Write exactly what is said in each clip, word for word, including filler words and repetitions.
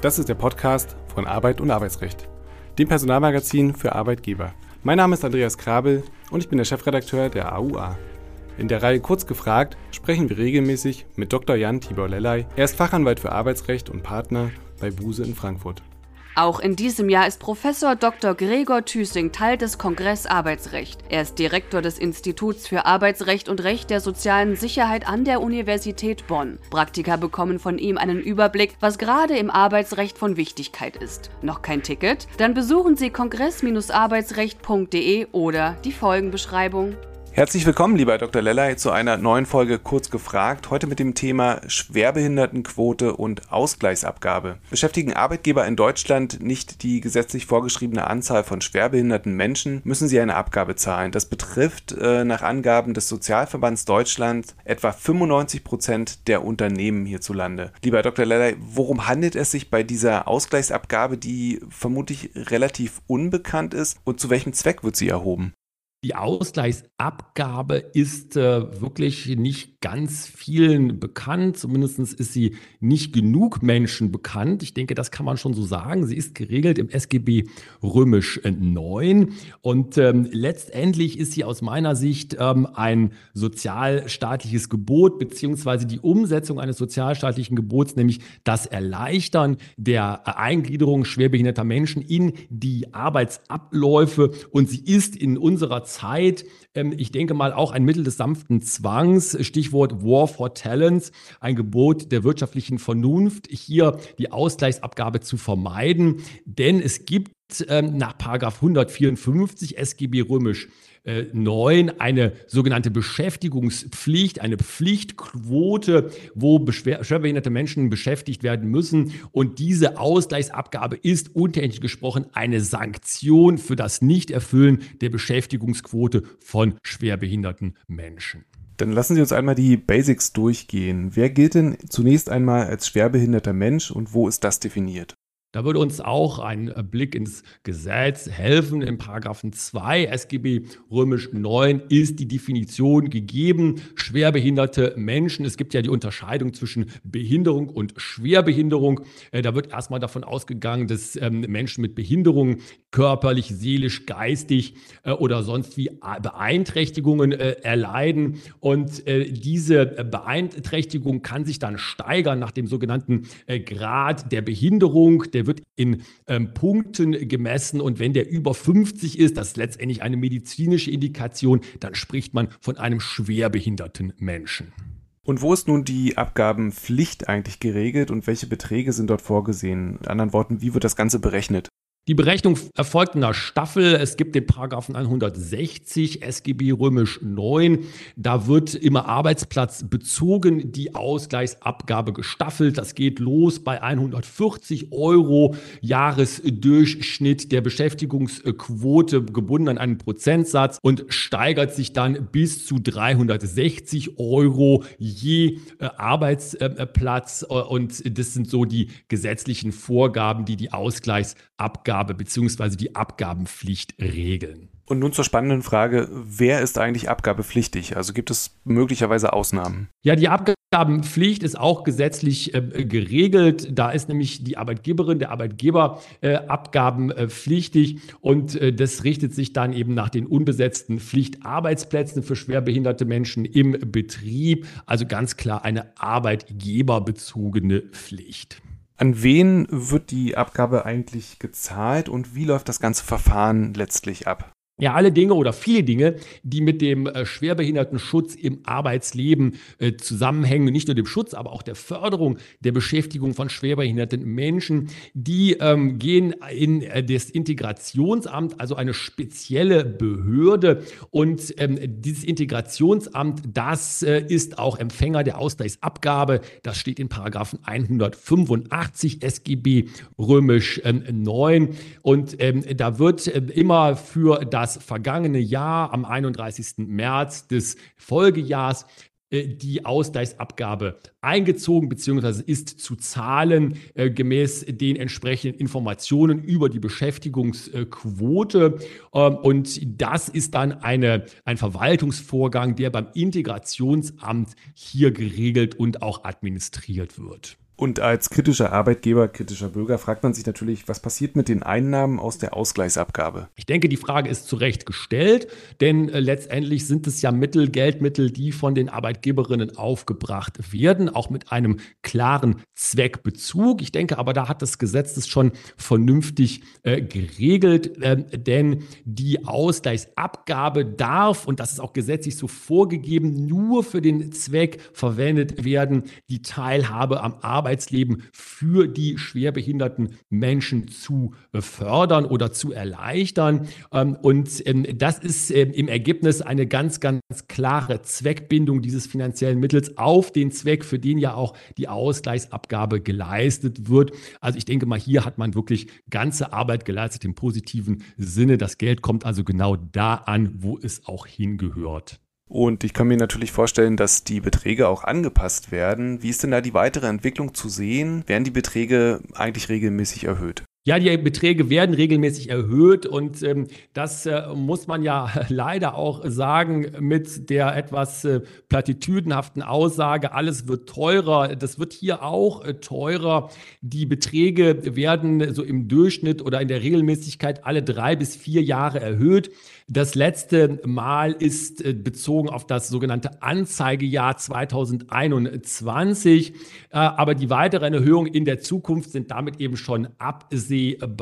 Das ist der Podcast von Arbeit und Arbeitsrecht, dem Personalmagazin für Arbeitgeber. Mein Name ist Andreas Krabel und ich bin der Chefredakteur der A U A. In der Reihe Kurz gefragt sprechen wir regelmäßig mit Doktor Jan Tibor Lellay. Er ist Fachanwalt für Arbeitsrecht und Partner bei Buse in Frankfurt. Auch in diesem Jahr ist Professor Doktor Gregor Thüssing Teil des Kongress Arbeitsrecht. Er ist Direktor des Instituts für Arbeitsrecht und Recht der sozialen Sicherheit an der Universität Bonn. Praktiker bekommen von ihm einen Überblick, was gerade im Arbeitsrecht von Wichtigkeit ist. Noch kein Ticket? Dann besuchen Sie kongress arbeitsrecht punkt de oder die Folgenbeschreibung. Herzlich willkommen, lieber Herr Doktor Lellay, zu einer neuen Folge Kurz gefragt. Heute mit dem Thema Schwerbehindertenquote und Ausgleichsabgabe. Beschäftigen Arbeitgeber in Deutschland nicht die gesetzlich vorgeschriebene Anzahl von schwerbehinderten Menschen, müssen sie eine Abgabe zahlen. Das betrifft äh, nach Angaben des Sozialverbands Deutschland etwa fünfundneunzig Prozent der Unternehmen hierzulande. Lieber Herr Doktor Lellay, worum handelt es sich bei dieser Ausgleichsabgabe, die vermutlich relativ unbekannt ist, und zu welchem Zweck wird sie erhoben? Die Ausgleichsabgabe ist äh, wirklich nicht ganz vielen bekannt. Zumindest ist sie nicht genug Menschen bekannt. Ich denke, das kann man schon so sagen. Sie ist geregelt im S G B römisch neun. Und ähm, letztendlich ist sie aus meiner Sicht ähm, ein sozialstaatliches Gebot, beziehungsweise die Umsetzung eines sozialstaatlichen Gebots, nämlich das Erleichtern der Eingliederung schwerbehinderter Menschen in die Arbeitsabläufe. Und sie ist in unserer Zeit, ich denke mal, auch ein Mittel des sanften Zwangs, Stichwort War for Talents, ein Gebot der wirtschaftlichen Vernunft, hier die Ausgleichsabgabe zu vermeiden, denn es gibt ähm, nach Paragraph hundertvierundfünfzig S G B römisch neun eine sogenannte Beschäftigungspflicht, eine Pflichtquote, wo schwerbehinderte Menschen beschäftigt werden müssen. Und diese Ausgleichsabgabe ist untertechnisch gesprochen eine Sanktion für das Nichterfüllen der Beschäftigungsquote von schwerbehinderten Menschen. Dann lassen Sie uns einmal die Basics durchgehen. Wer gilt denn zunächst einmal als schwerbehinderter Mensch und wo ist das definiert? Da würde uns auch ein Blick ins Gesetz helfen. Im Paragraphen zwei S G B römisch neun ist die Definition gegeben. Schwerbehinderte Menschen. Es gibt ja die Unterscheidung zwischen Behinderung und Schwerbehinderung. Da wird erstmal davon ausgegangen, dass Menschen mit Behinderung körperlich, seelisch, geistig oder sonst wie Beeinträchtigungen erleiden. Und diese Beeinträchtigung kann sich dann steigern nach dem sogenannten Grad der Behinderung. Der wird in ähm, Punkten gemessen, und wenn der über fünfzig ist, das ist letztendlich eine medizinische Indikation, dann spricht man von einem schwerbehinderten Menschen. Und wo ist nun die Abgabenpflicht eigentlich geregelt und welche Beträge sind dort vorgesehen? In anderen Worten, wie wird das Ganze berechnet? Die Berechnung erfolgt in einer Staffel. Es gibt den Paragraphen hundertsechzig S G B römisch neun. Da wird immer arbeitsplatzbezogen die Ausgleichsabgabe gestaffelt. Das geht los bei hundertvierzig Euro Jahresdurchschnitt der Beschäftigungsquote, gebunden an einen Prozentsatz, und steigert sich dann bis zu dreihundertsechzig Euro je äh, Arbeitsplatz. Und das sind so die gesetzlichen Vorgaben, die die Ausgleichsabgabe bzw. die Abgabenpflicht regeln. Und nun zur spannenden Frage, wer ist eigentlich abgabepflichtig? Also gibt es möglicherweise Ausnahmen? Ja, die Abgabenpflicht ist auch gesetzlich äh, geregelt. Da ist nämlich die Arbeitgeberin, der Arbeitgeber äh, abgabenpflichtig, und äh, das richtet sich dann eben nach den unbesetzten Pflichtarbeitsplätzen für schwerbehinderte Menschen im Betrieb. Also ganz klar eine arbeitgeberbezogene Pflicht. An wen wird die Abgabe eigentlich gezahlt und wie läuft das ganze Verfahren letztlich ab? Ja, alle Dinge oder viele Dinge, die mit dem äh, Schwerbehindertenschutz im Arbeitsleben äh, zusammenhängen, nicht nur dem Schutz, aber auch der Förderung der Beschäftigung von schwerbehinderten Menschen, die ähm, gehen in äh, das Integrationsamt, also eine spezielle Behörde. Und ähm, dieses Integrationsamt, das äh, ist auch Empfänger der Ausgleichsabgabe. Das steht in Paragraphen hundertfünfundachtzig S G B römisch neun. Und ähm, da wird äh, immer für das das vergangene Jahr am einunddreißigsten März des Folgejahrs die Ausgleichsabgabe eingezogen bzw. ist zu zahlen äh, gemäß den entsprechenden Informationen über die Beschäftigungsquote. Ähm, und das ist dann eine, ein Verwaltungsvorgang, der beim Integrationsamt hier geregelt und auch administriert wird. Und als kritischer Arbeitgeber, kritischer Bürger fragt man sich natürlich, was passiert mit den Einnahmen aus der Ausgleichsabgabe? Ich denke, die Frage ist zu Recht gestellt, denn äh, letztendlich sind es ja Mittel, Geldmittel, die von den Arbeitgeberinnen aufgebracht werden, auch mit einem klaren Zweckbezug. Ich denke aber, da hat das Gesetz es schon vernünftig äh, geregelt, äh, denn die Ausgleichsabgabe darf, und das ist auch gesetzlich so vorgegeben, nur für den Zweck verwendet werden, die Teilhabe am Arbeitsleben Arbeitsleben für die schwerbehinderten Menschen zu fördern oder zu erleichtern. Und das ist im Ergebnis eine ganz, ganz klare Zweckbindung dieses finanziellen Mittels auf den Zweck, für den ja auch die Ausgleichsabgabe geleistet wird. Also ich denke mal, hier hat man wirklich ganze Arbeit geleistet im positiven Sinne. Das Geld kommt also genau da an, wo es auch hingehört. Und ich kann mir natürlich vorstellen, dass die Beträge auch angepasst werden. Wie ist denn da die weitere Entwicklung zu sehen? Werden die Beträge eigentlich regelmäßig erhöht? Ja, die Beträge werden regelmäßig erhöht und ähm, das äh, muss man ja leider auch sagen mit der etwas äh, platitüdenhaften Aussage, alles wird teurer. Das wird hier auch äh, teurer. Die Beträge werden so im Durchschnitt oder in der Regelmäßigkeit alle drei bis vier Jahre erhöht. Das letzte Mal ist äh, bezogen auf das sogenannte Anzeigejahr zweitausendeinundzwanzig, äh, aber die weiteren Erhöhungen in der Zukunft sind damit eben schon absehbar.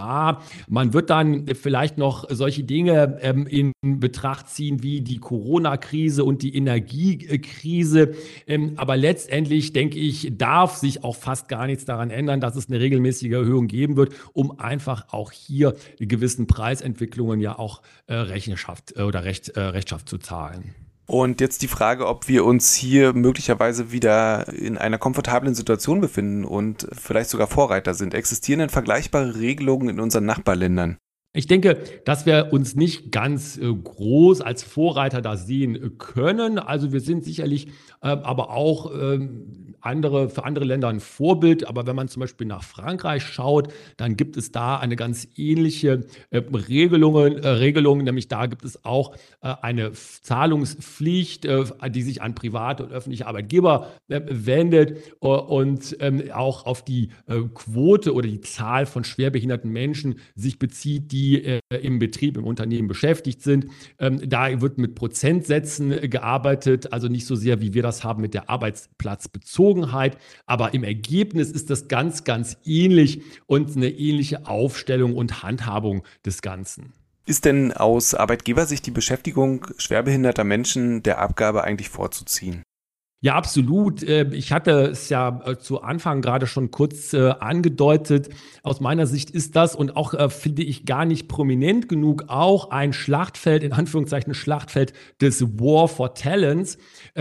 Man wird dann vielleicht noch solche Dinge ähm, in Betracht ziehen wie die Corona-Krise und die Energiekrise. Ähm, aber letztendlich, denke ich, darf sich auch fast gar nichts daran ändern, dass es eine regelmäßige Erhöhung geben wird, um einfach auch hier gewissen Preisentwicklungen ja auch äh, Rechenschaft äh, oder Recht, äh, Rechenschaft zu zahlen. Und jetzt die Frage, ob wir uns hier möglicherweise wieder in einer komfortablen Situation befinden und vielleicht sogar Vorreiter sind. Existieren denn vergleichbare Regelungen in unseren Nachbarländern? Ich denke, dass wir uns nicht ganz äh, groß als Vorreiter da sehen können. Also wir sind sicherlich äh, aber auch ähm, andere, für andere Länder ein Vorbild. Aber wenn man zum Beispiel nach Frankreich schaut, dann gibt es da eine ganz ähnliche äh, Regelungen, äh, Regelung, nämlich da gibt es auch äh, eine Zahlungspflicht, äh, die sich an private und öffentliche Arbeitgeber äh, wendet äh, und ähm, auch auf die äh, Quote oder die Zahl von schwerbehinderten Menschen sich bezieht, die die äh, im Betrieb, im Unternehmen beschäftigt sind. Ähm, da wird mit Prozentsätzen äh, gearbeitet, also nicht so sehr, wie wir das haben mit der Arbeitsplatzbezogenheit. Aber im Ergebnis ist das ganz, ganz ähnlich und eine ähnliche Aufstellung und Handhabung des Ganzen. Ist denn aus Arbeitgebersicht die Beschäftigung schwerbehinderter Menschen der Abgabe eigentlich vorzuziehen? Ja, absolut. Ich hatte es ja zu Anfang gerade schon kurz angedeutet. Aus meiner Sicht ist das und auch, finde ich, gar nicht prominent genug auch ein Schlachtfeld, in Anführungszeichen Schlachtfeld des War for Talents.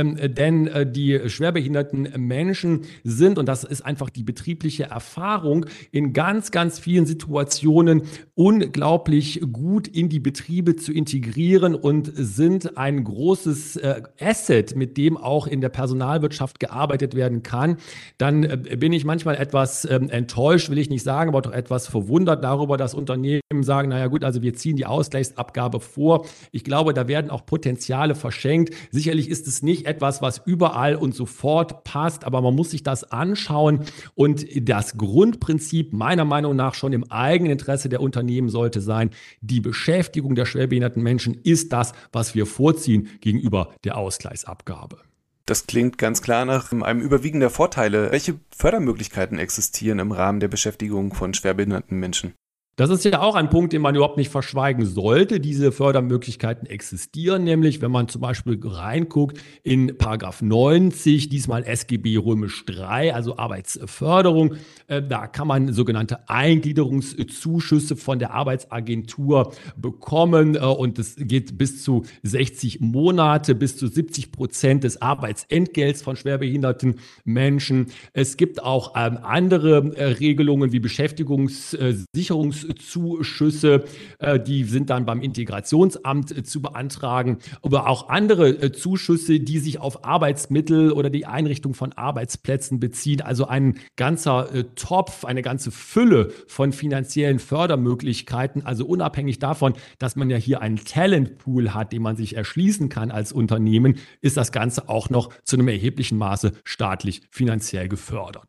Denn die schwerbehinderten Menschen sind, und das ist einfach die betriebliche Erfahrung, in ganz, ganz vielen Situationen unglaublich gut in die Betriebe zu integrieren und sind ein großes Asset, mit dem auch in der Personalwirtschaft gearbeitet werden kann, dann äh, bin ich manchmal etwas äh, enttäuscht, will ich nicht sagen, aber doch etwas verwundert darüber, dass Unternehmen sagen, naja gut, also wir ziehen die Ausgleichsabgabe vor. Ich glaube, da werden auch Potenziale verschenkt. Sicherlich ist es nicht etwas, was überall und sofort passt, aber man muss sich das anschauen und das Grundprinzip meiner Meinung nach schon im eigenen Interesse der Unternehmen sollte sein, die Beschäftigung der schwerbehinderten Menschen ist das, was wir vorziehen gegenüber der Ausgleichsabgabe. Das klingt ganz klar nach einem Überwiegen der Vorteile. Welche Fördermöglichkeiten existieren im Rahmen der Beschäftigung von schwerbehinderten Menschen? Das ist ja auch ein Punkt, den man überhaupt nicht verschweigen sollte. Diese Fördermöglichkeiten existieren nämlich, wenn man zum Beispiel reinguckt in Paragraph neunzig, diesmal S G B römisch drei, also Arbeitsförderung. Äh, da kann man sogenannte Eingliederungszuschüsse von der Arbeitsagentur bekommen äh, und das geht bis zu sechzig Monate, bis zu siebzig Prozent des Arbeitsentgelts von schwerbehinderten Menschen. Es gibt auch ähm, andere äh, Regelungen wie Beschäftigungssicherungs Zuschüsse, äh, die sind dann beim Integrationsamt äh, zu beantragen, aber auch andere äh, Zuschüsse, die sich auf Arbeitsmittel oder die Einrichtung von Arbeitsplätzen beziehen. Also ein ganzer äh, Topf, eine ganze Fülle von finanziellen Fördermöglichkeiten. Also unabhängig davon, dass man ja hier einen Talentpool hat, den man sich erschließen kann als Unternehmen, ist das Ganze auch noch zu einem erheblichen Maße staatlich finanziell gefördert.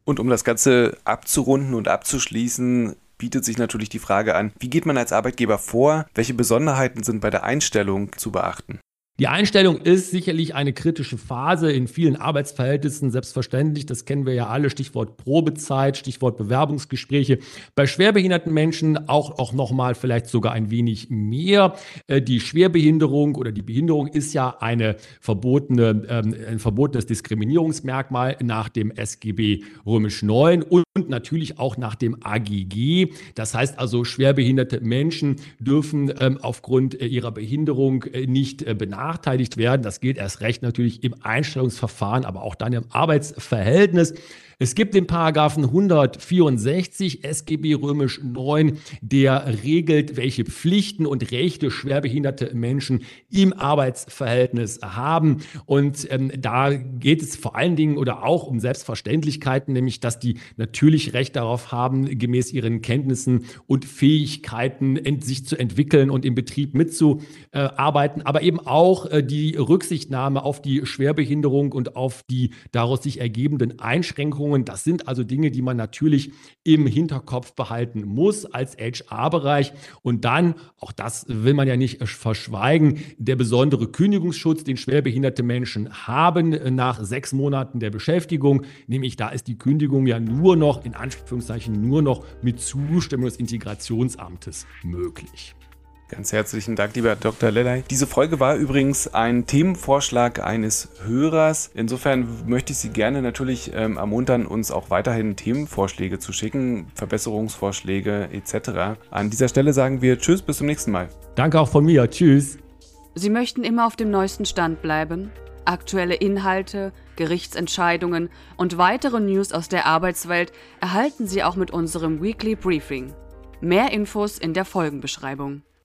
Und um das Ganze abzurunden und abzuschließen, bietet sich natürlich die Frage an, wie geht man als Arbeitgeber vor? Welche Besonderheiten sind bei der Einstellung zu beachten? Die Einstellung ist sicherlich eine kritische Phase in vielen Arbeitsverhältnissen, selbstverständlich. Das kennen wir ja alle. Stichwort Probezeit, Stichwort Bewerbungsgespräche. Bei schwerbehinderten Menschen auch, auch nochmal vielleicht sogar ein wenig mehr. Die Schwerbehinderung oder die Behinderung ist ja eine verbotene, ähm, ein verbotenes Diskriminierungsmerkmal nach dem S G B Römisch neun und natürlich auch nach dem A G G. Das heißt also, schwerbehinderte Menschen dürfen ähm, aufgrund äh, ihrer Behinderung äh, nicht äh, benachteiligt werden. Das gilt erst recht natürlich im Einstellungsverfahren, aber auch dann im Arbeitsverhältnis. Es gibt den Paragraphen hundertvierundsechzig S G B Römisch neun, der regelt, welche Pflichten und Rechte schwerbehinderte Menschen im Arbeitsverhältnis haben. Und ähm, da geht es vor allen Dingen oder auch um Selbstverständlichkeiten, nämlich dass die natürlich Recht darauf haben, gemäß ihren Kenntnissen und Fähigkeiten ent- sich zu entwickeln und im Betrieb mitzuarbeiten, aber eben auch äh, die Rücksichtnahme auf die Schwerbehinderung und auf die daraus sich ergebenden Einschränkungen. Das sind also Dinge, die man natürlich im Hinterkopf behalten muss als H R-Bereich. Und dann, auch das will man ja nicht verschweigen, der besondere Kündigungsschutz, den schwerbehinderte Menschen haben nach sechs Monaten der Beschäftigung. Nämlich da ist die Kündigung ja nur noch, in Anführungszeichen, nur noch mit Zustimmung des Integrationsamtes möglich. Ganz herzlichen Dank, lieber Doktor Lellay. Diese Folge war übrigens ein Themenvorschlag eines Hörers. Insofern möchte ich Sie gerne natürlich ähm, ermuntern, uns auch weiterhin Themenvorschläge zu schicken, Verbesserungsvorschläge et cetera. An dieser Stelle sagen wir Tschüss, bis zum nächsten Mal. Danke auch von mir. Tschüss. Sie möchten immer auf dem neuesten Stand bleiben? Aktuelle Inhalte, Gerichtsentscheidungen und weitere News aus der Arbeitswelt erhalten Sie auch mit unserem Weekly Briefing. Mehr Infos in der Folgenbeschreibung.